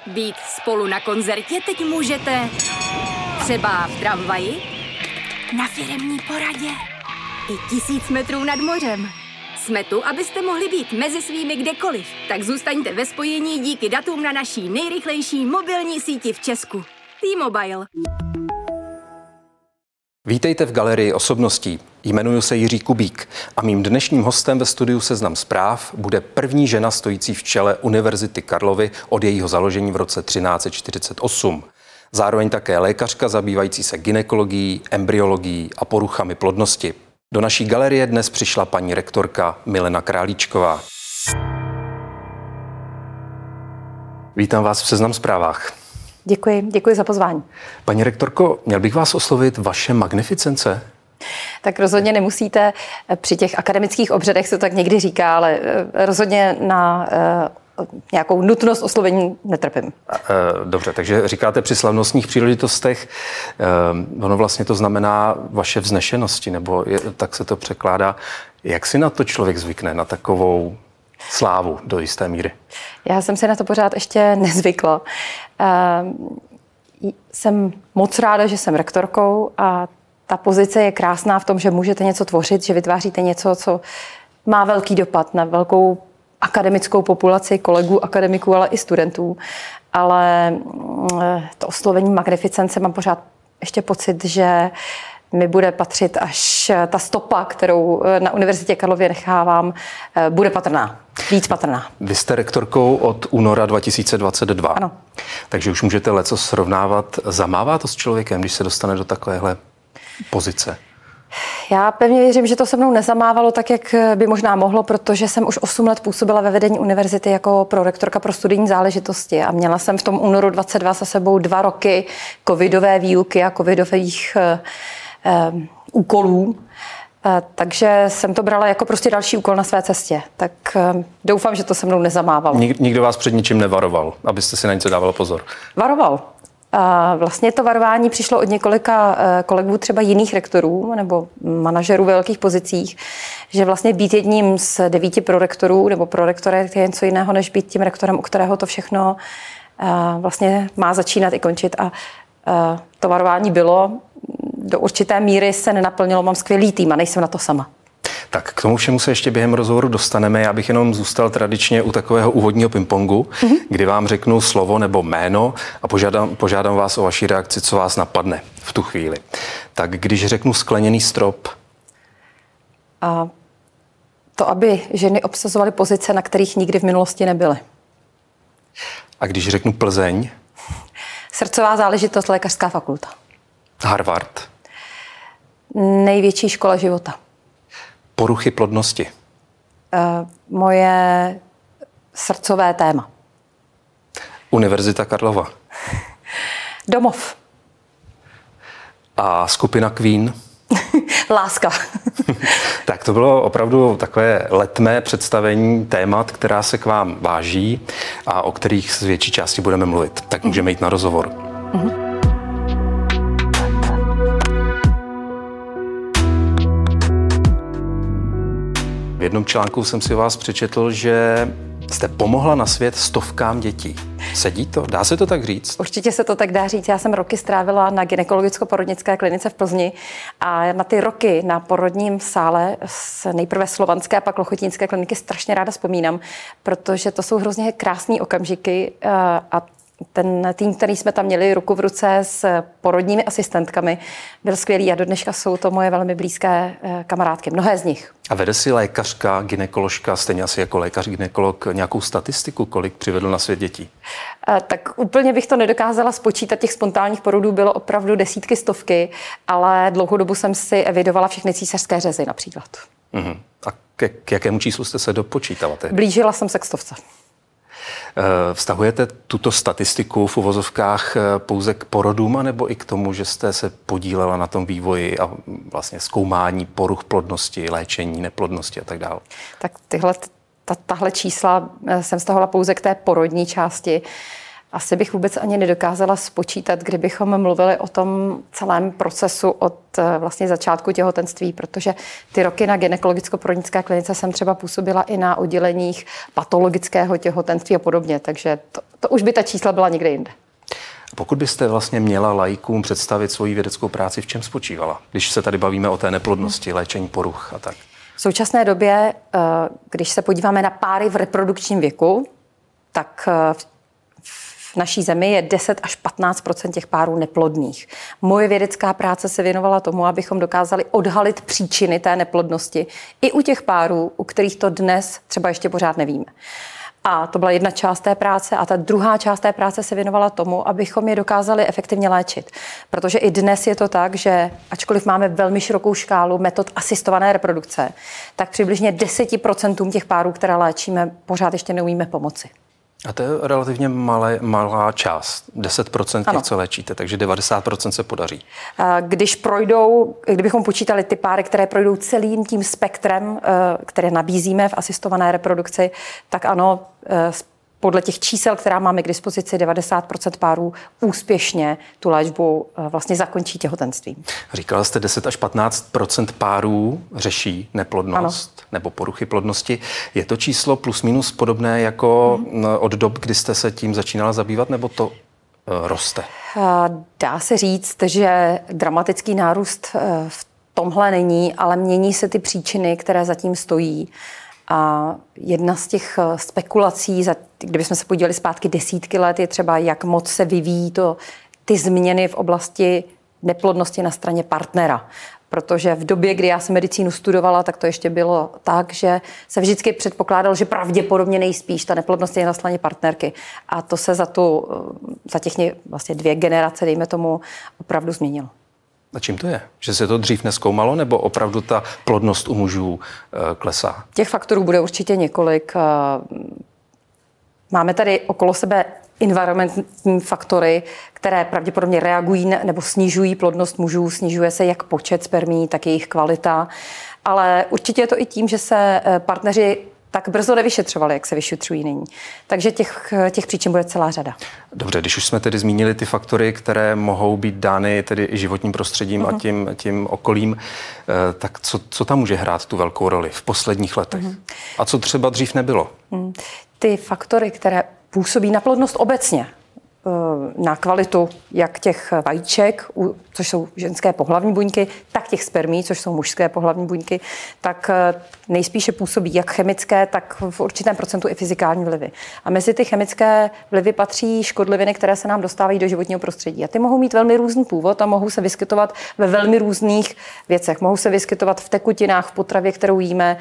Být spolu na koncertě teď můžete třeba v tramvaji, na firemní poradě i 1000 metrů nad mořem. Jsme tu, abyste mohli být mezi svými kdekoliv. Tak zůstaňte ve spojení díky datům na naší nejrychlejší mobilní síti v Česku. T-Mobile. Vítejte v Galerii osobností. Jmenuji se Jiří Kubík a mým dnešním hostem ve studiu Seznam Zpráv bude první žena stojící v čele Univerzity Karlovy od jejího založení v roce 1348. Zároveň také lékařka zabývající se gynekologií, embryologií a poruchami plodnosti. Do naší galerie dnes přišla paní rektorka Milena Králíčková. Vítám vás v Seznam Zprávách. Děkuji za pozvání. Paní rektorko, měl bych vás oslovit vaše magnificence? Tak rozhodně nemusíte, při těch akademických obřadech se to tak někdy říká, ale rozhodně na nějakou nutnost oslovení netrpím. Dobře, takže říkáte při slavnostních příležitostech, ono vlastně to znamená vaše vznešenosti, nebo tak se to překládá. Jak si na to člověk zvykne, na takovou slávu do jisté míry? Já jsem si na to pořád ještě nezvykla. Jsem moc ráda, že jsem rektorkou a ta pozice je krásná v tom, že můžete něco tvořit, že vytváříte něco, co má velký dopad na velkou akademickou populaci kolegů, akademiků, ale i studentů. Ale to oslovení magnificence mám pořád ještě pocit, že mi bude patřit, až ta stopa, kterou na Univerzitě Karlově nechávám, bude patrná, víc patrná. Vy jste rektorkou od února 2022. Ano. Takže už můžete leco srovnávat. Zamává to s člověkem, když se dostane do takovéhle pozice? Já pevně věřím, že to se mnou nezamávalo tak, jak by možná mohlo, protože jsem už 8 let působila ve vedení univerzity jako prorektorka pro studijní záležitosti a měla jsem v tom únoru 22 za sebou 2 roky covidové výuky a covidových úkolů. Takže jsem to brala jako prostě další úkol na své cestě. Tak doufám, že to se mnou nezamávalo. Nikdo vás před ničím nevaroval, abyste si na něco dával pozor? Varoval. Vlastně to varování přišlo od několika kolegů, třeba jiných rektorů nebo manažerů ve velkých pozicích, že vlastně být jedním z 9 prorektorů nebo prorektora je něco jiného, než být tím rektorem, u kterého to všechno vlastně má začínat i končit. A to varování bylo, do určité míry se nenaplnilo, mám skvělý tým a nejsem na to sama. Tak k tomu všemu se ještě během rozhovoru dostaneme. Já bych jenom zůstal tradičně u takového úvodního pingpongu, kdy vám řeknu slovo nebo jméno a požádám vás o vaši reakci, co vás napadne v tu chvíli. Tak když řeknu skleněný strop. A to, aby ženy obsazovaly pozice, na kterých nikdy v minulosti nebyly. A když řeknu Plzeň. Srdcová záležitost, lékařská fakulta. Harvard. Největší škola života. Poruchy plodnosti. Moje srdcové téma. Univerzita Karlova. Domov. A skupina Queen. Láska. Tak to bylo opravdu takové letmé představení témat, která se k vám váží a o kterých z větší části budeme mluvit. Tak můžeme jít na rozhovor. V jednom článku jsem si vás přečetl, že jste pomohla na svět stovkám dětí. Sedí to? Dá se to tak říct? Určitě se to tak dá říct. Já jsem roky strávila na gynekologicko-porodnické klinice v Plzni a na ty roky na porodním sále z nejprve slovanské a pak lochotínské kliniky strašně ráda vzpomínám, protože to jsou hrozně krásné okamžiky a ten tým, který jsme tam měli ruku v ruce s porodními asistentkami, byl skvělý a do dneška jsou to moje velmi blízké kamarádky, mnohé z nich. A vede si lékařka, gynekoložka, stejně asi jako lékař, gynekolog, nějakou statistiku, kolik přivedl na svět dětí? Tak úplně bych to nedokázala spočítat, těch spontánních porodů bylo opravdu desítky, stovky, ale dlouhou dobu jsem si evidovala všechny císařské řezy například. A k jakému číslu jste se dopočítala tehdy? Blížila jsem se k 100. Vztahujete tuto statistiku v uvozovkách pouze k porodům, nebo i k tomu, že jste se podílela na tom vývoji a vlastně zkoumání poruch plodnosti, léčení neplodnosti a tak dále? Tak tahle čísla jsem vztahovala pouze k té porodní části. asi bych vůbec ani nedokázala spočítat, kdybychom mluvili o tom celém procesu od vlastně začátku těhotenství, protože ty roky na gynekologicko-porodnické klinice jsem třeba působila i na odděleních patologického těhotenství a podobně, takže to už by ta čísla byla někde jinde. Pokud byste vlastně měla laikům představit svoji vědeckou práci, v čem spočívala? Když se tady bavíme o té neplodnosti, léčení poruch a tak. V současné době, když se podíváme na páry v reprodukčním věku, tak v naší zemi je 10 až 15% těch párů neplodných. Moje vědecká práce se věnovala tomu, abychom dokázali odhalit příčiny té neplodnosti i u těch párů, u kterých to dnes třeba ještě pořád nevíme. A to byla jedna část té práce a ta druhá část té práce se věnovala tomu, abychom je dokázali efektivně léčit. Protože i dnes je to tak, že ačkoliv máme velmi širokou škálu metod asistované reprodukce, tak přibližně 10% těch párů, které léčíme, pořád ještě neumíme pomoci. A to je relativně malá část, 10% těch, co léčíte, takže 90% se podaří. Kdybychom počítali ty páry, které projdou celým tím spektrem, které nabízíme v asistované reprodukci, tak ano, podle těch čísel, která máme k dispozici, 90% párů úspěšně tu léčbu vlastně zakončí těhotenstvím. Říkala jste, 10 až 15% párů řeší neplodnost nebo poruchy plodnosti. Je to číslo plus minus podobné jako od dob, kdy jste se tím začínala zabývat, nebo to roste? Dá se říct, že dramatický nárůst v tomhle není, ale mění se ty příčiny, které zatím stojí. A jedna z těch spekulací, kdybychom se podívali zpátky desítky let, je třeba, jak moc se vyvíjí ty změny v oblasti neplodnosti na straně partnera. Protože v době, kdy já jsem medicínu studovala, tak to ještě bylo tak, že se vždycky předpokládalo, že pravděpodobně nejspíš ta neplodnost je na straně partnerky. A to se za těch vlastně 2 generace, dejme tomu, opravdu změnilo. A čím to je? Že se to dřív nezkoumalo, nebo opravdu ta plodnost u mužů klesá? Těch faktorů bude určitě několik. Máme tady okolo sebe environmentální faktory, které pravděpodobně reagují nebo snižují plodnost mužů, snižuje se jak počet spermií, tak jejich kvalita. Ale určitě je to i tím, že se partneři tak brzo nevyšetřovali, jak se vyšetřují nyní. Takže těch příčin bude celá řada. Dobře, když už jsme tedy zmínili ty faktory, které mohou být dány tedy i životním prostředím a tím okolím, tak co tam může hrát tu velkou roli v posledních letech? A co třeba dřív nebylo? Ty faktory, které působí na plodnost obecně, na kvalitu jak těch vajíček, což jsou ženské pohlavní buňky, tak těch spermí, což jsou mužské pohlavní buňky, tak nejspíše působí jak chemické, tak v určitém procentu i fyzikální vlivy. A mezi ty chemické vlivy patří škodliviny, které se nám dostávají do životního prostředí. A ty mohou mít velmi různý původ a mohou se vyskytovat ve velmi různých věcech. Mohou se vyskytovat v tekutinách, v potravě, kterou jíme,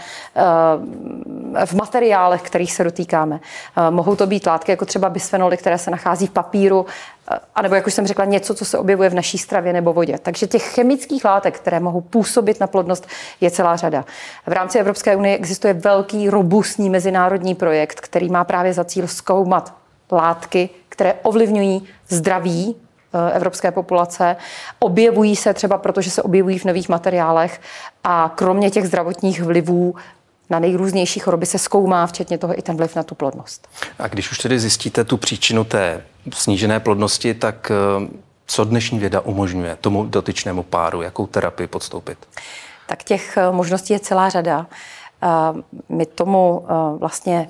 v materiálech, kterých se dotýkáme. Mohou to být látky jako třeba bisfenoly, které se nachází v papíru, anebo, jak už jsem řekla, něco, co se objevuje v naší stravě nebo vodě. Takže těch chemických látek, které mohou působit na plodnost, je celá řada. V rámci Evropské unie existuje velký, robustní mezinárodní projekt, který má právě za cíl zkoumat látky, které ovlivňují zdraví evropské populace. Objevují se třeba proto, že se objevují v nových materiálech a kromě těch zdravotních vlivů na nejrůznější choroby se zkoumá, včetně toho i ten vliv na tu plodnost. A když už tedy zjistíte tu příčinu té snížené plodnosti, tak co dnešní věda umožňuje tomu dotyčnému páru, jakou terapii podstoupit? Tak těch možností je celá řada. My tomu vlastně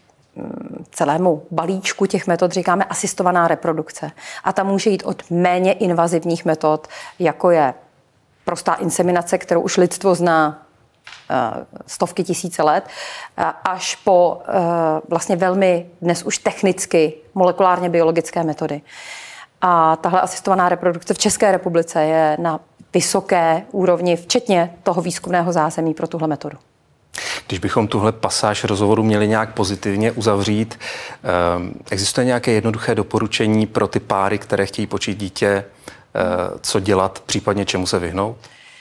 celému balíčku těch metod říkáme asistovaná reprodukce. A ta může jít od méně invazivních metod, jako je prostá inseminace, kterou už lidstvo zná stovky tisíce let, až po vlastně velmi dnes už technicky molekulárně biologické metody. A tahle asistovaná reprodukce v České republice je na vysoké úrovni, včetně toho výzkumného zázemí pro tuhle metodu. Když bychom tuhle pasáž rozhovoru měli nějak pozitivně uzavřít, existuje nějaké jednoduché doporučení pro ty páry, které chtějí počít dítě, co dělat, případně čemu se vyhnout?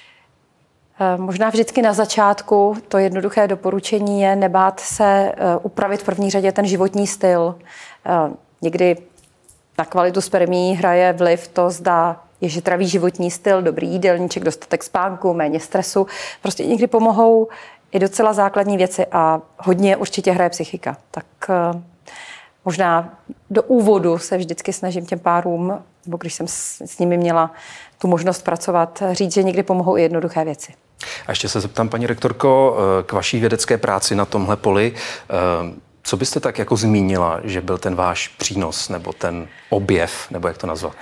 Možná vždycky na začátku to jednoduché doporučení je nebát se upravit v první řadě ten životní styl. Někdy na kvalitu spermií hraje vliv to, zda je žitravý životní styl, dobrý jídelníček, dostatek spánku, méně stresu. Prostě někdy pomohou i docela základní věci a hodně určitě hraje psychika. Tak možná do úvodu se vždycky snažím těm párům, nebo když jsem s nimi měla tu možnost pracovat, říct, že někdy pomohou i jednoduché věci. A ještě se zeptám, paní rektorko, k vaší vědecké práci na tomhle poli. Co byste tak jako zmínila, že byl ten váš přínos nebo ten objev, nebo jak to nazvat?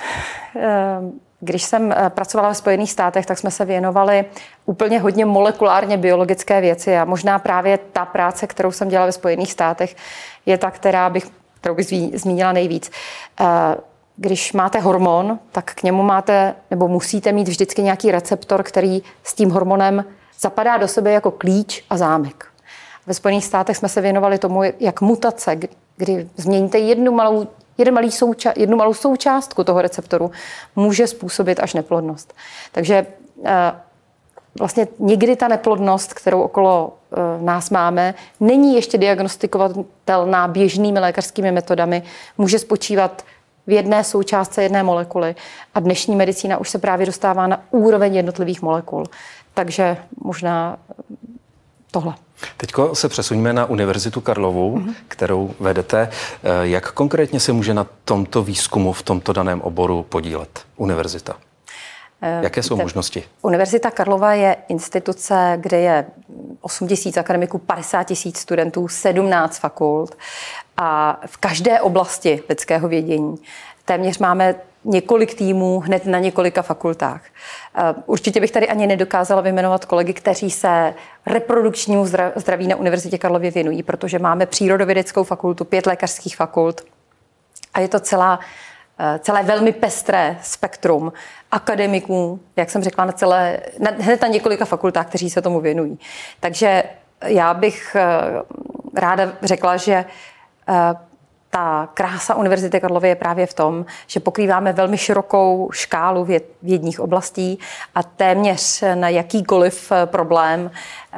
Když jsem pracovala ve Spojených státech, tak jsme se věnovali úplně hodně molekulárně biologické věci a možná právě ta práce, kterou jsem dělala ve Spojených státech, je ta, kterou bych zmínila nejvíc. Když máte hormon, tak k němu máte nebo musíte mít vždycky nějaký receptor, který s tím hormonem zapadá do sebe jako klíč a zámek. Ve Spojených státech jsme se věnovali tomu, jak mutace, kdy změníte jednu malou součástku toho receptoru, může způsobit až neplodnost. Takže vlastně někdy ta neplodnost, kterou okolo nás máme, není ještě diagnostikovatelná běžnými lékařskými metodami, může spočívat v jedné součástce jedné molekuly a dnešní medicína už se právě dostává na úroveň jednotlivých molekul. Takže možná tohle. Teďko se přesuňme na Univerzitu Karlovu, kterou vedete. Jak konkrétně se může na tomto výzkumu v tomto daném oboru podílet univerzita? Jaké jsou možnosti? Univerzita Karlova je instituce, kde je 8 000 akademiků, 50 000 studentů, 17 fakult a v každé oblasti lidského vědění téměř máme několik týmů hned na několika fakultách. Určitě bych tady ani nedokázala vyjmenovat kolegy, kteří se reprodukčnímu zdraví na Univerzitě Karlově věnují, protože máme přírodovědeckou fakultu, 5 lékařských fakult a je to celé velmi pestré spektrum akademiků, jak jsem řekla, hned na několika fakultách, kteří se tomu věnují. Takže já bych ráda řekla, že ta krása Univerzity Karlovy je právě v tom, že pokrýváme velmi širokou škálu vědních oblastí a téměř na jakýkoliv problém,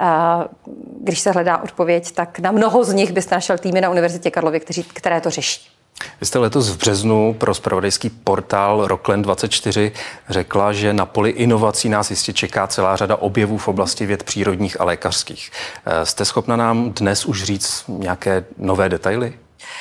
když se hledá odpověď, tak na mnoho z nich byste našel týmy na Univerzitě Karlovy, které to řeší. Vy jste letos v březnu pro zpravodajský portál Rockland24 řekla, že na poli inovací nás jistě čeká celá řada objevů v oblasti věd přírodních a lékařských. Jste schopna nám dnes už říct nějaké nové detaily?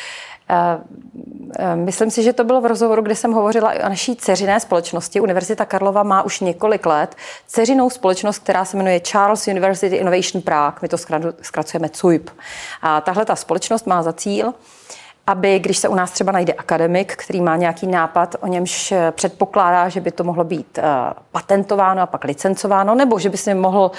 Myslím si, že to bylo v rozhovoru, kde jsem hovořila o naší dceřiné společnosti. Univerzita Karlova má už několik let dceřinou společnost, která se jmenuje Charles University Innovation Prague. My to zkracujeme CUIP. A tahle ta společnost má za cíl, aby když se u nás třeba najde akademik, který má nějaký nápad, o němž předpokládá, že by to mohlo být patentováno a pak licencováno, nebo že by si mohl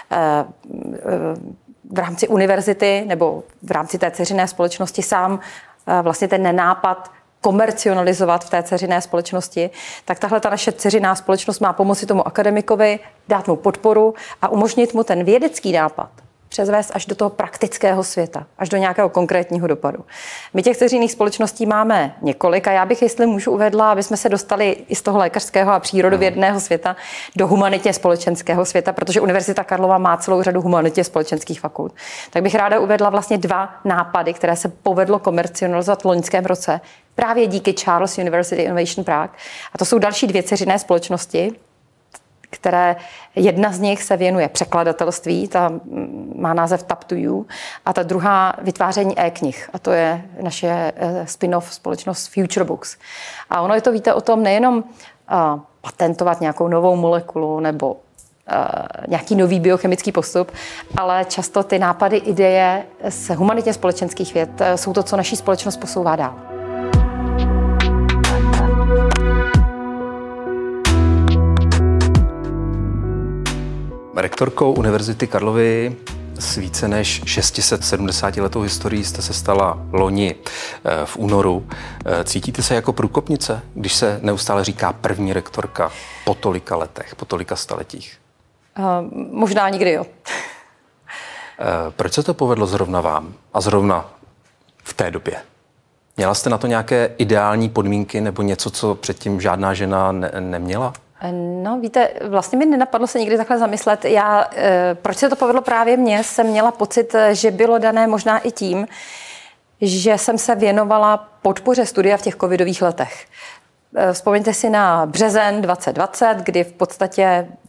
v rámci univerzity nebo v rámci té dceřiné společnosti sám vlastně ten nápad komercionalizovat v té dceřiné společnosti, tak tahle ta naše dceřiná společnost má pomoci tomu akademikovi, dát mu podporu a umožnit mu ten vědecký nápad převést až do toho praktického světa, až do nějakého konkrétního dopadu. My těch dceřiných společností máme několik a já bych, jestli můžu, uvedla, aby jsme se dostali i z toho lékařského a přírodovědného světa do humanitně společenského světa, protože Univerzita Karlova má celou řadu humanitně společenských fakult. Tak bych ráda uvedla vlastně 2 nápady, které se povedlo komercionalizovat v loňském roce právě díky Charles University Innovation Prague. A to jsou další 2 dceřiné společnosti, které jedna z nich se věnuje překladatelství, ta má název Tap to You, a ta druhá vytváření e-knih, a to je naše spin-off společnost Future Books. A ono je to, víte, o tom nejenom patentovat nějakou novou molekulu nebo nějaký nový biochemický postup, ale často ty nápady, ideje z humanitně společenských věd jsou to, co naší společnost posouvá dál. Rektorkou Univerzity Karlovy s více než 670letou historií jste se stala loni v únoru. Cítíte se jako průkopnice, když se neustále říká první rektorka po tolika letech, po tolika staletích? Možná nikdy jo. Proč se to povedlo zrovna vám a zrovna v té době? Měla jste na to nějaké ideální podmínky nebo něco, co předtím žádná žena neměla? No, víte, vlastně mi nenapadlo se nikdy takhle zamyslet. Proč se to povedlo právě mně, jsem měla pocit, že bylo dané možná i tím, že jsem se věnovala podpoře studia v těch covidových letech. Vzpomeňte si na březen 2020, kdy v podstatě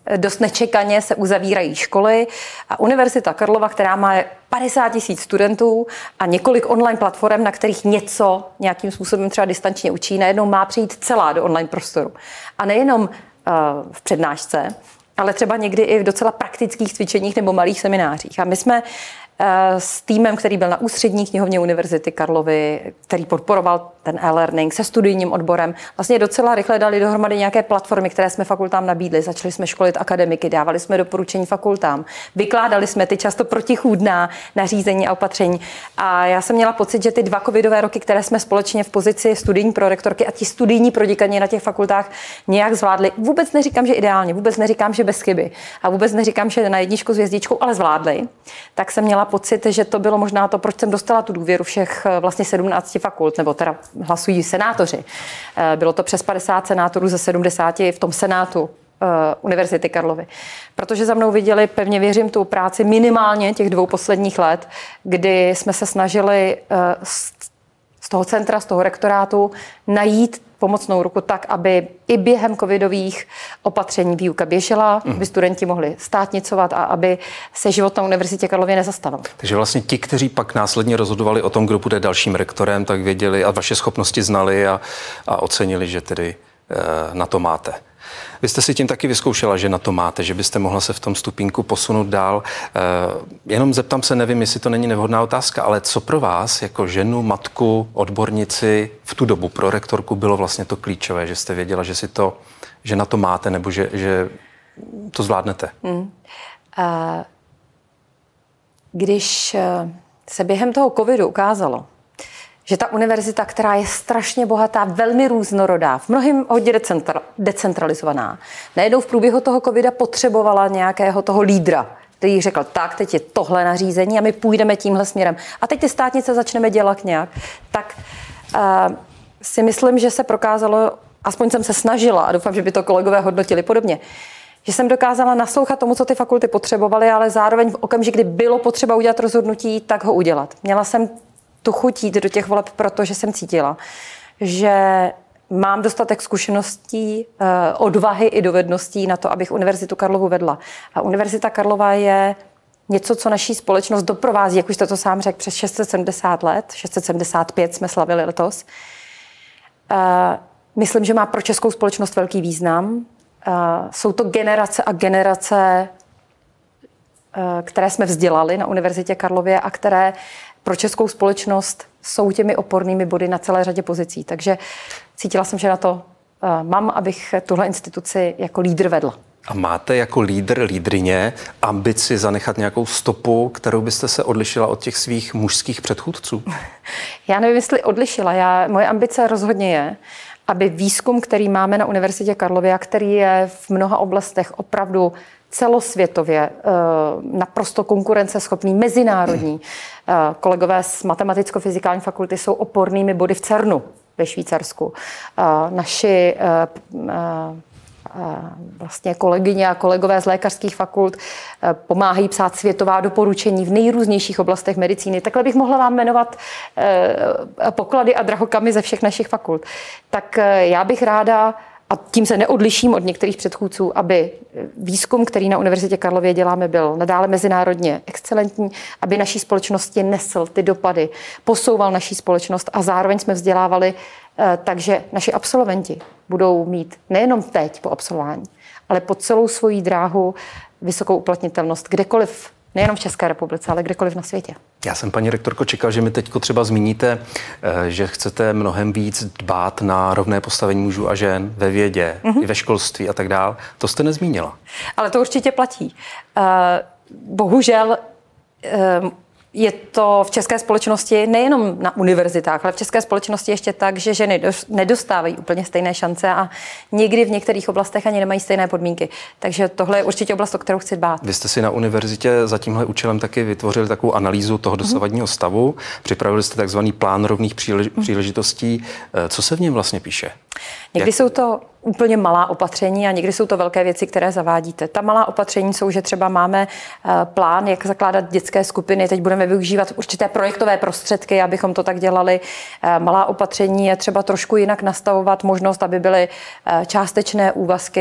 dost nečekaně se uzavírají školy a Univerzita Karlova, která má 50 000 studentů a několik online platform, na kterých něco nějakým způsobem třeba distančně učí, najednou má přijít celá do online prostoru. A nejenom v přednášce, ale třeba někdy i v docela praktických cvičeních nebo malých seminářích. A my jsme s týmem, který byl na Ústřední knihovně Univerzity Karlovy, který podporoval ten e-learning se studijním odborem, vlastně docela rychle dali dohromady nějaké platformy, které jsme fakultám nabídli. Začali jsme školit akademiky, dávali jsme doporučení fakultám, vykládali jsme ty často protichůdná nařízení a opatření. A já jsem měla pocit, že ty 2 covidové roky, které jsme společně v pozici studijní prorektorky a ti studijní proděkani na těch fakultách nějak zvládli. Vůbec neříkám, že ideálně, vůbec neříkám, že bez chyby a vůbec neříkám, že na 1 s hvězdičkou, ale zvládli. Tak jsem měla pocit, že to bylo možná to, proč jsem dostala tu důvěru všech vlastně 17 fakult, nebo teda hlasují senátoři. Bylo to přes 50 senátorů ze 70 v tom senátu Univerzity Karlovy. Protože za mnou viděli, pevně věřím, tu práci minimálně těch 2 posledních let, kdy jsme se snažili z toho centra, z toho rektorátu najít pomocnou ruku tak, aby i během covidových opatření výuka běžela, aby studenti mohli státnicovat a aby se život na Univerzitě Karlově nezastavil. Takže vlastně ti, kteří pak následně rozhodovali o tom, kdo bude dalším rektorem, tak věděli a vaše schopnosti znali a ocenili, že tedy na to máte. Vy jste si tím taky vyzkoušela, že na to máte, že byste mohla se v tom stupínku posunout dál. Jenom zeptám se, nevím, jestli to není nevhodná otázka, ale co pro vás jako ženu, matku, odbornici v tu dobu pro rektorku bylo vlastně to klíčové, že jste věděla, že na to máte nebo že to zvládnete? Když se během toho covidu ukázalo, že ta univerzita, která je strašně bohatá, velmi různorodá, v mnohém hodně decentralizovaná, najednou v průběhu toho covida potřebovala nějakého toho lídra, který řekl, tak teď je tohle nařízení a my půjdeme tímhle směrem. A teď ty státnice začneme dělat nějak. Tak si myslím, že se prokázalo, aspoň jsem se snažila a doufám, že by to kolegové hodnotili podobně, že jsem dokázala naslouchat tomu, co ty fakulty potřebovaly, ale zároveň v okamžiku, kdy bylo potřeba udělat rozhodnutí, tak ho udělat. Měla jsem tu chuť jít do těch voleb, protože jsem cítila, že mám dostatek zkušeností, odvahy i dovedností na to, abych Univerzitu Karlovu vedla. A Univerzita Karlova je něco, co naší společnost doprovází, jak už jste to sám řekl, přes 670 let, 675 jsme slavili letos. Myslím, že má pro českou společnost velký význam. Jsou to generace a generace, které jsme vzdělali na Univerzitě Karlově a které pro českou společnost jsou těmi opornými body na celé řadě pozicí. Takže cítila jsem, že na to mám, abych tuhle instituci jako lídr vedla. A máte jako lídryně ambici zanechat nějakou stopu, kterou byste se odlišila od těch svých mužských předchůdců? Já nevím, jestli odlišila. Moje ambice rozhodně je, aby výzkum, který máme na Univerzitě Karlově a který je v mnoha oblastech opravdu celosvětově naprosto konkurenceschopný, mezinárodní. Kolegové z matematicko-fyzikální fakulty jsou opornými body v CERNu ve Švýcarsku. Naši vlastně kolegyně a kolegové z lékařských fakult pomáhají psát světová doporučení v nejrůznějších oblastech medicíny. Takhle bych mohla vám jmenovat poklady a drahokamy ze všech našich fakult. Tak já bych ráda, a tím se neodliším od některých předchůdců, aby výzkum, který na Univerzitě Karlově děláme, byl nadále mezinárodně excelentní, aby naší společnosti nesl ty dopady, posouval naší společnost a zároveň jsme vzdělávali, takže naši absolventi budou mít nejenom teď po absolvování, ale po celou svoji dráhu vysokou uplatnitelnost kdekoliv, nejenom v České republice, ale kdekoliv na světě. Já jsem, paní rektorko, čekal, že mi teď třeba zmíníte, že chcete mnohem víc dbát na rovné postavení mužů a žen ve vědě, i ve školství a tak dál. To jste nezmínila. Ale to určitě platí. Bohužel je to v české společnosti nejenom na univerzitách, ale v české společnosti ještě tak, že ženy nedostávají úplně stejné šance a někdy v některých oblastech ani nemají stejné podmínky. Takže tohle je určitě oblast, o kterou chci dbát. Vy jste si na univerzitě za tímhle účelem taky vytvořili takovou analýzu toho dosavadního stavu. Připravili jste takzvaný plán rovných příležitostí. Co se v něm vlastně píše? Někdy jsou to úplně malá opatření a někdy jsou to velké věci, které zavádíte. Ta malá opatření jsou, že třeba máme plán, jak zakládat dětské skupiny. Teď budeme využívat určité projektové prostředky, abychom to tak dělali. Malá opatření je třeba trošku jinak nastavovat možnost, aby byly částečné úvazky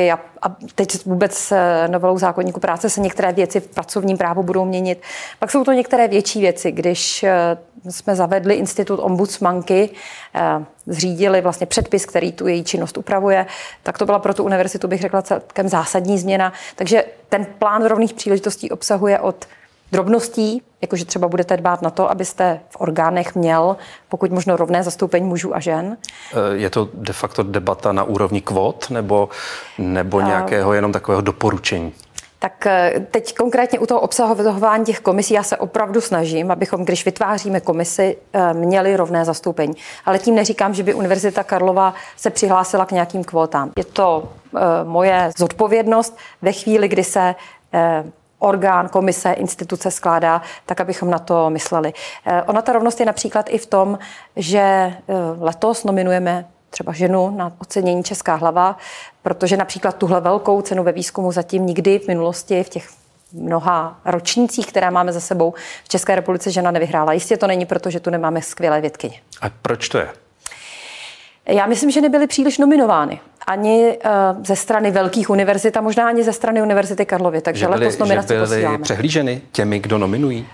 a teď vůbec novelou zákoníku práce se některé věci v pracovním právu budou měnit. Pak jsou to některé větší věci, když jsme zavedli institut ombudsmanky, zřídili vlastně předpis, který tu její činnost upravuje, tak to byla pro tu univerzitu, bych řekla, celkem zásadní změna. Takže ten plán rovných příležitostí obsahuje od drobností, jakože třeba budete dbát na to, abyste v orgánech měl pokud možno rovné zastoupení mužů a žen. Je to de facto debata na úrovni kvót nebo nějakého jenom takového doporučení? Tak teď konkrétně u toho obsahování těch komisí já se opravdu snažím, abychom, když vytváříme komisi, měli rovné zastoupení. Ale tím neříkám, že by Univerzita Karlova se přihlásila k nějakým kvótám. Je to moje zodpovědnost ve chvíli, kdy se orgán, komise, instituce skládá, tak abychom na to mysleli. Ona ta rovnost je například i v tom, že letos nominujeme třeba ženu na ocenění Česká hlava, protože například tuhle velkou cenu ve výzkumu zatím nikdy v minulosti, v těch mnoha ročnících, které máme za sebou v České republice, žena nevyhrála. Jistě to není, protože tu nemáme skvělé vědkyně. A proč to je? Já myslím, že nebyly příliš nominovány. Ani ze strany velkých univerzit a možná ani ze strany Univerzity Karlovy. Takže letos nominace posíláme. Že byly přehlíženy těmi, kdo nominují?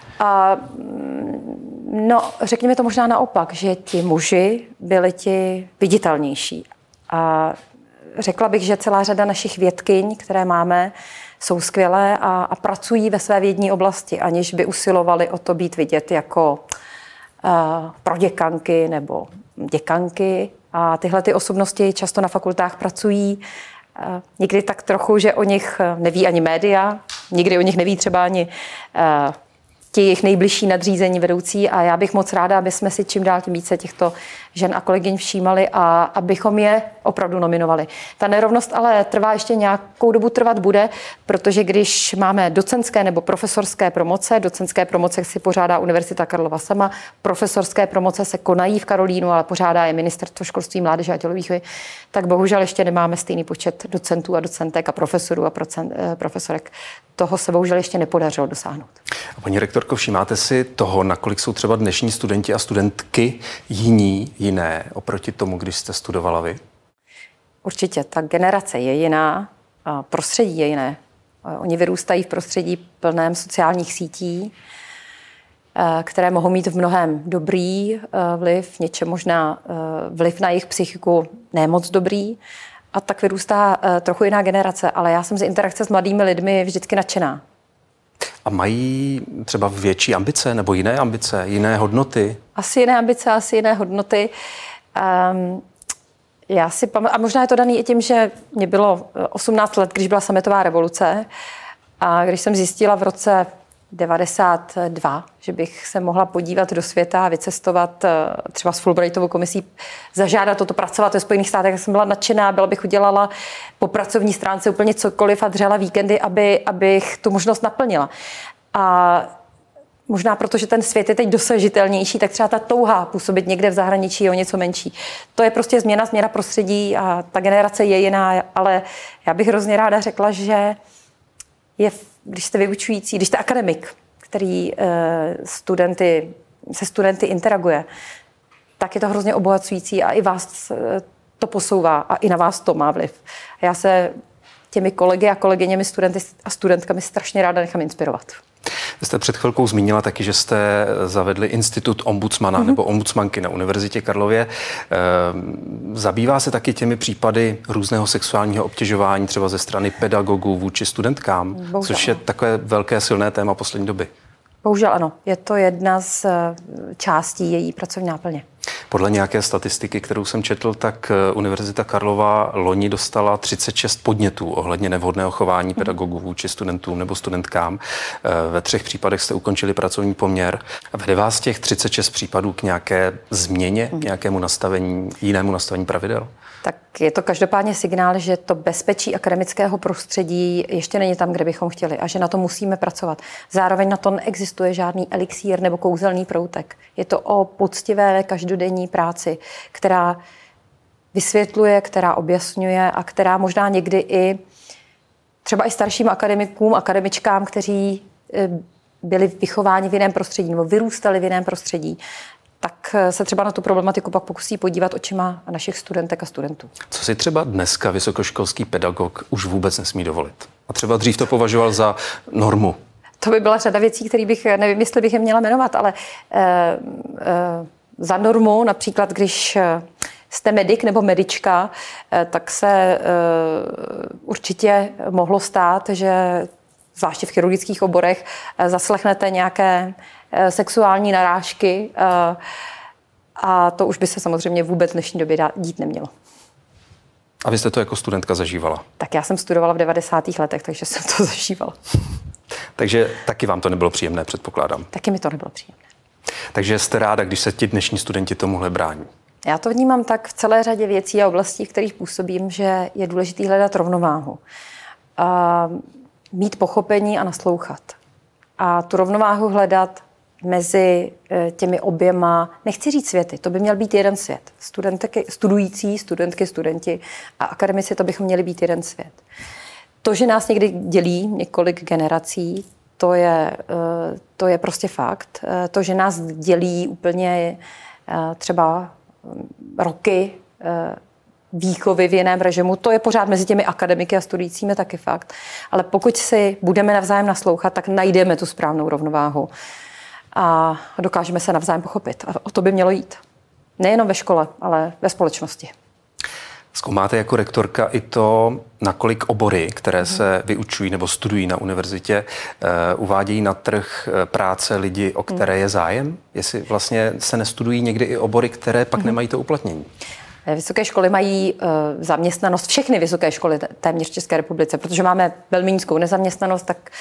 No, řekněme to možná naopak, že ti muži byli ti viditelnější. A řekla bych, že celá řada našich vědkyň, které máme, jsou skvělé a pracují ve své vědní oblasti, aniž by usilovali o to být vidět jako proděkanky nebo děkanky. A tyhle ty osobnosti často na fakultách pracují někdy tak trochu, že o nich neví ani média, někdy o nich neví třeba ani ti jejich nejbližší nadřízení vedoucí a já bych moc ráda, aby jsme si čím dál tím více těchto žen a kolegyň všímali a abychom je opravdu nominovali. Ta nerovnost ale trvá ještě nějakou dobu trvat bude, protože když máme docentské nebo profesorské promoce, docentské promoce si pořádá Univerzita Karlova sama, profesorské promoce se konají v Karolínu, ale pořádá je Ministerstvo školství, mládeže a tělovýchovy, tak bohužel ještě nemáme stejný počet docentů a docentek a profesorů a profesorek. Toho se bohužel ještě nepodařilo dosáhnout. A paní rektorko, všímáte si toho, nakolik jsou třeba dnešní studenti a studentky jiné oproti tomu, když jste studovala vy? Určitě, ta generace je jiná, prostředí je jiné. Oni vyrůstají v prostředí plném sociálních sítí, které mohou mít v mnohém dobrý vliv, něčem možná vliv na jejich psychiku nemoc dobrý. A tak vyrůstá trochu jiná generace, ale já jsem z interakce s mladými lidmi vždycky nadšená. A mají třeba větší ambice nebo jiné ambice, jiné hodnoty? Asi jiné ambice, asi jiné hodnoty. Já si a možná je to daný i tím, že mě bylo 18 let, když byla sametová revoluce a když jsem zjistila v roce 92, že bych se mohla podívat do světa a vycestovat třeba s Fulbrightovou komisí, zažádat toto pracovat ve Spojených státech, tak jsem byla nadšená, byla bych udělala po pracovní stránce úplně cokoliv a dřela víkendy, abych tu možnost naplnila. A možná protože ten svět je teď dosažitelnější, tak třeba ta touha působit někde v zahraničí je o něco menší. To je prostě změna prostředí a ta generace je jiná, ale já bych hrozně ráda řekla, že když jste vyučující, když jste akademik, který se studenty interaguje, tak je to hrozně obohacující a i vás to posouvá a i na vás to má vliv. Já se těmi kolegy a kolegyněmi, studenty a studentkami strašně ráda nechám inspirovat. Vy jste před chvilkou zmínila taky, že jste zavedli institut ombudsmana nebo ombudsmanky na Univerzitě Karlově. Zabývá se taky těmi případy různého sexuálního obtěžování třeba ze strany pedagogů vůči studentkám, Bohužel. Což je takové velké silné téma poslední doby. Bohužel ano, je to jedna z částí její pracovní náplně. Podle nějaké statistiky, kterou jsem četl, tak Univerzita Karlova loni dostala 36 podnětů ohledně nevhodného chování pedagogů vůči studentům nebo studentkám. Ve 3 případech jste ukončili pracovní poměr. Vede vás těch 36 případů k nějaké změně, nějakému nastavení, jinému nastavení pravidel? Tak je to každopádně signál, že to bezpečí akademického prostředí ještě není tam, kde bychom chtěli a že na to musíme pracovat. Zároveň na to neexistuje žádný elixír nebo kouzelný proutek. Je to o poctivé každodenní práci, která vysvětluje, která objasňuje a která možná někdy i třeba i starším akademikům, akademičkám, kteří byli vychováni v jiném prostředí nebo vyrůstali v jiném prostředí, tak se třeba na tu problematiku pak pokusí podívat očima našich studentek a studentů. Co si třeba dneska vysokoškolský pedagog už vůbec nesmí dovolit? A třeba dřív to považoval za normu. To by byla řada věcí, které bych, nevím, jestli bych je měla jmenovat, ale za normu, například když jste medic nebo medička, tak se určitě mohlo stát, že zvláště v chirurgických oborech zaslechnete nějaké sexuální narážky a to už by se samozřejmě vůbec v dnešní době dít nemělo. A vy jste to jako studentka zažívala? Tak já jsem studovala v 90. letech, takže jsem to zažívala. Takže taky vám to nebylo příjemné, předpokládám. Taky mi to nebylo příjemné. Takže jste ráda, když se ti dnešní studenti tomuhle brání? Já to vnímám tak v celé řadě věcí a oblastí, v kterých působím, že je důležité hledat rovnováhu. Mít pochopení a naslouchat. A tu rovnováhu hledat mezi těmi oběma, nechci říct světy, to by měl být jeden svět. Studující, studentky, studenti a akademici, to bychom měli být jeden svět. To, že nás někdy dělí několik generací, to je prostě fakt. To, že nás dělí úplně třeba roky výchovy v jiném režimu, to je pořád mezi těmi akademiky a studujícími taky fakt. Ale pokud si budeme navzájem naslouchat, tak najdeme tu správnou rovnováhu a dokážeme se navzájem pochopit. A o to by mělo jít. Nejenom ve škole, ale ve společnosti. Zkoumáte jako rektorka i to, nakolik obory, které se vyučují nebo studují na univerzitě, uvádějí na trh práce lidi, o které je zájem? Jestli vlastně se nestudují někdy i obory, které pak nemají to uplatnění? Vysoké školy mají zaměstnanost, všechny vysoké školy téměř v České republice, protože máme velmi nízkou nezaměstnanost, tak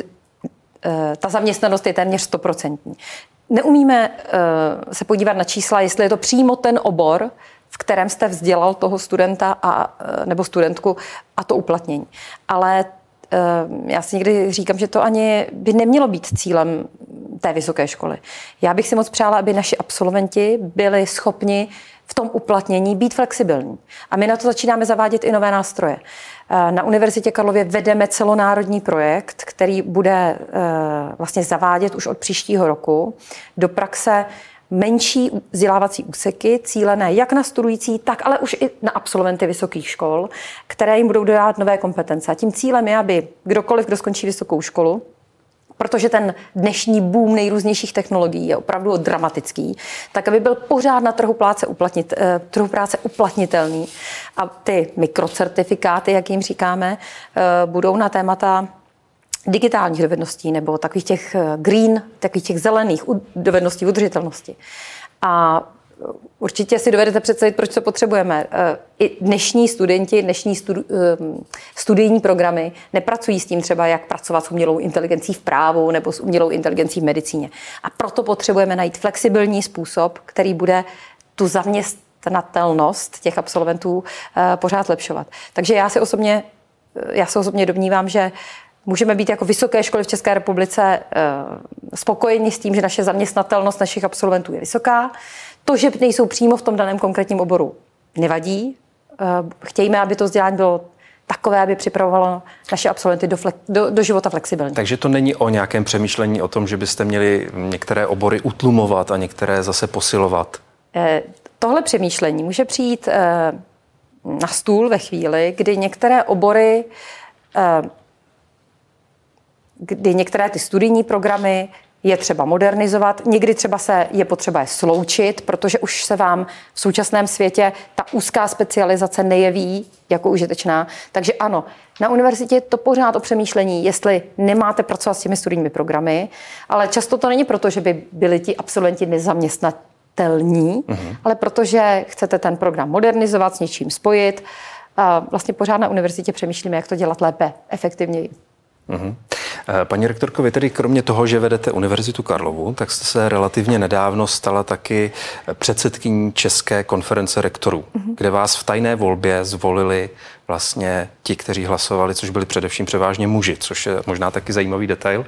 ta zaměstnanost je téměř 100%. Neumíme se podívat na čísla, jestli je to přímo ten obor, v kterém jste vzdělal toho studenta nebo studentku a to uplatnění. Ale já si někdy říkám, že to ani by nemělo být cílem té vysoké školy. Já bych si moc přála, aby naši absolventi byli schopni v tom uplatnění být flexibilní. A my na to začínáme zavádět i nové nástroje. Na Univerzitě Karlově vedeme celonárodní projekt, který bude vlastně zavádět už od příštího roku do praxe menší vzdělávací úseky, cílené jak na studující, tak ale už i na absolventy vysokých škol, které jim budou dodávat nové kompetence. A tím cílem je, aby kdokoliv, kdo skončí vysokou školu, protože ten dnešní boom nejrůznějších technologií je opravdu dramatický, tak aby byl pořád na trhu práce uplatnitelný. A ty mikrocertifikáty, jak jim říkáme, budou na témata digitálních dovedností nebo takových těch green, takových těch zelených dovedností udržitelnosti. A určitě si dovedete představit, proč to potřebujeme. I dnešní studenti, studijní programy nepracují s tím třeba, jak pracovat s umělou inteligencí v právu nebo s umělou inteligencí v medicíně. A proto potřebujeme najít flexibilní způsob, který bude tu zaměstnatelnost těch absolventů pořád zlepšovat. Takže já se osobně domnívám, že můžeme být jako vysoké školy v České republice spokojeni s tím, že naše zaměstnatelnost našich absolventů je vysoká. To, že nejsou přímo v tom daném konkrétním oboru, nevadí. Chtějme, aby to vzdělání bylo takové, aby připravovalo naše absolventy do života flexibilně. Takže to není o nějakém přemýšlení o tom, že byste měli některé obory utlumovat a některé zase posilovat? Tohle přemýšlení může přijít na stůl ve chvíli, kdy některé obory, kdy některé ty studijní programy je třeba modernizovat, někdy třeba je potřeba je sloučit, protože už se vám v současném světě ta úzká specializace nejeví jako užitečná. Takže ano, na univerzitě je to pořád o přemýšlení, jestli nemáte pracovat s těmi studijními programy, ale často to není proto, že by byli ti absolventi nezaměstnatelní, ale protože chcete ten program modernizovat, s něčím spojit. A vlastně pořád na univerzitě přemýšlíme, jak to dělat lépe, efektivněji. Paní rektorko, vy tedy kromě toho, že vedete Univerzitu Karlovu, tak jste se relativně nedávno stala taky předsedkyní České konference rektorů, kde vás v tajné volbě zvolili vlastně ti, kteří hlasovali, což byli především převážně muži, což je možná taky zajímavý detail.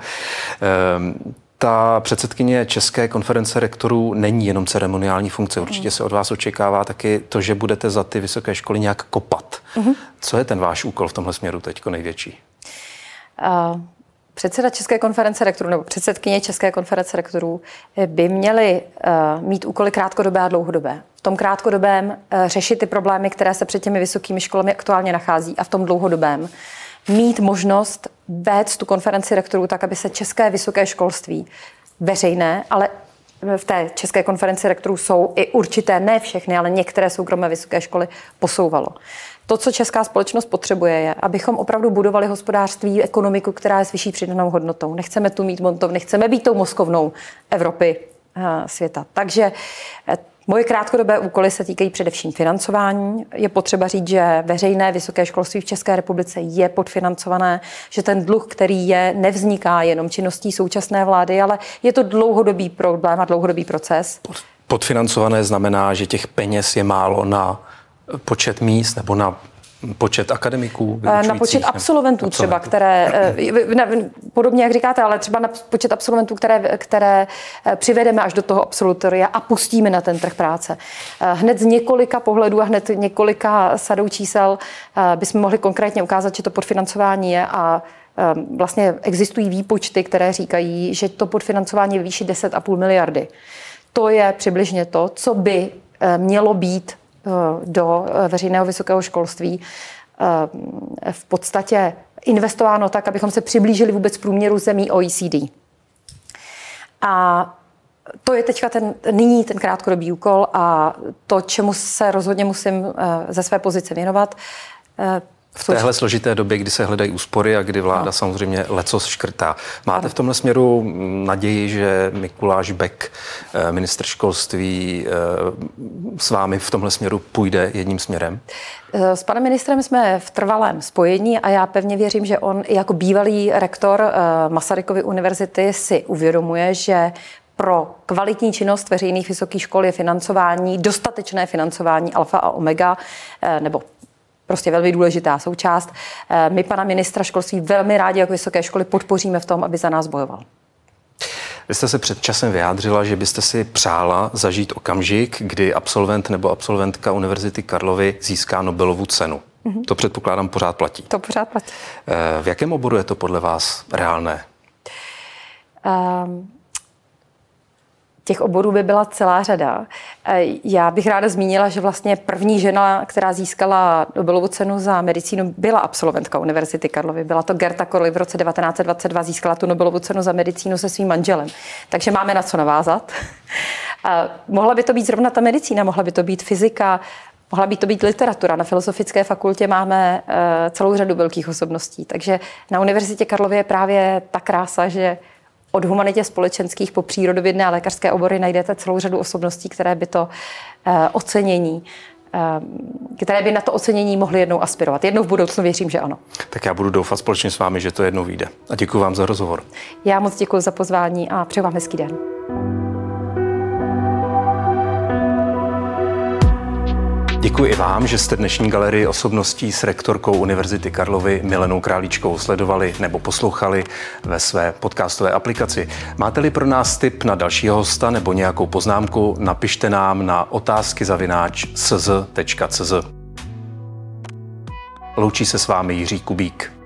Ta předsedkyně České konference rektorů není jenom ceremoniální funkce. Určitě se od vás očekává taky to, že budete za ty vysoké školy nějak kopat. Co je ten váš úkol v tomhle směru teďko největší? Předseda České konference rektorů nebo předsedkyně České konference rektorů by měli mít úkoly krátkodobé a dlouhodobé. V tom krátkodobém řešit ty problémy, které se před těmi vysokými školami aktuálně nachází, a v tom dlouhodobém mít možnost vést tu konferenci rektorů tak, aby se české vysoké školství veřejné, ale v té České konferenci rektorů jsou i určité, ne všechny, ale některé soukromé vysoké školy posouvalo. To, co česká společnost potřebuje, je, abychom opravdu budovali hospodářství, ekonomiku, která je s vyšší přidanou hodnotou. Nechceme tu mít montovny, chceme být tou Moskovnou Evropy, světa. Takže moje krátkodobé úkoly se týkají především financování. Je potřeba říct, že veřejné vysoké školství v České republice je podfinancované, že ten dluh, který je, nevzniká jenom činností současné vlády, ale je to dlouhodobý problém a dlouhodobý proces. Podfinancované znamená, že těch peněz je málo na počet míst nebo na počet akademiků? Na počet absolventů třeba, které, podobně jak říkáte, ale třeba na počet absolventů, které přivedeme až do toho absolutoria a pustíme na ten trh práce. Hned z několika pohledů a hned několika sadou čísel bychom mohli konkrétně ukázat, že to podfinancování je, a vlastně existují výpočty, které říkají, že to podfinancování je výši 10,5 miliardy. To je přibližně to, co by mělo být do veřejného vysokého školství v podstatě investováno tak, abychom se přiblížili vůbec průměru zemí OECD. A to je teďka nyní ten krátkodobý úkol a to, čemu se rozhodně musím ze své pozice věnovat. V téhle složité době, kdy se hledají úspory a kdy vláda samozřejmě lecos škrtá. Máte v tomhle směru naději, že Mikuláš Bek, ministr školství, s vámi v tomhle směru půjde jedním směrem? S panem ministrem jsme v trvalém spojení a já pevně věřím, že on jako bývalý rektor Masarykovy univerzity si uvědomuje, že pro kvalitní činnost veřejných vysokých škol je financování, dostatečné financování alfa a omega, nebo prostě velmi důležitá součást. My pana ministra školství velmi rádi jako vysoké školy podpoříme v tom, aby za nás bojoval. Vy jste se před časem vyjádřila, že byste si přála zažít okamžik, kdy absolvent nebo absolventka Univerzity Karlovy získá Nobelovu cenu. To předpokládám pořád platí. To pořád platí. V jakém oboru je to podle vás reálné? Těch oborů by byla celá řada. Já bych ráda zmínila, že vlastně první žena, která získala Nobelovu cenu za medicínu, byla absolventka Univerzity Karlovy. Byla to Gerta Korli, v roce 1922 získala tu Nobelovu cenu za medicínu se svým manželem. Takže máme na co navázat. Mohla by to být zrovna ta medicína, mohla by to být fyzika, mohla by to být literatura. Na Filozofické fakultě máme celou řadu velkých osobností. Takže na Univerzitě Karlovy je právě ta krása, že od humanitě společenských po přírodovědné a lékařské obory najdete celou řadu osobností, které by to ocenění, které by na to ocenění mohly jednou aspirovat. Jednou v budoucnu věřím, že ano. Tak já budu doufat společně s vámi, že to jednou vyjde. A děkuji vám za rozhovor. Já moc děkuji za pozvání a přeju vám hezký den. Děkuji i vám, že jste dnešní galerii osobností s rektorkou Univerzity Karlovy Milenou Králíčkovou sledovali nebo poslouchali ve své podcastové aplikaci. Máte-li pro nás tip na dalšího hosta nebo nějakou poznámku, napište nám na otázky@cz.cz. Loučí se s vámi Jiří Kubík.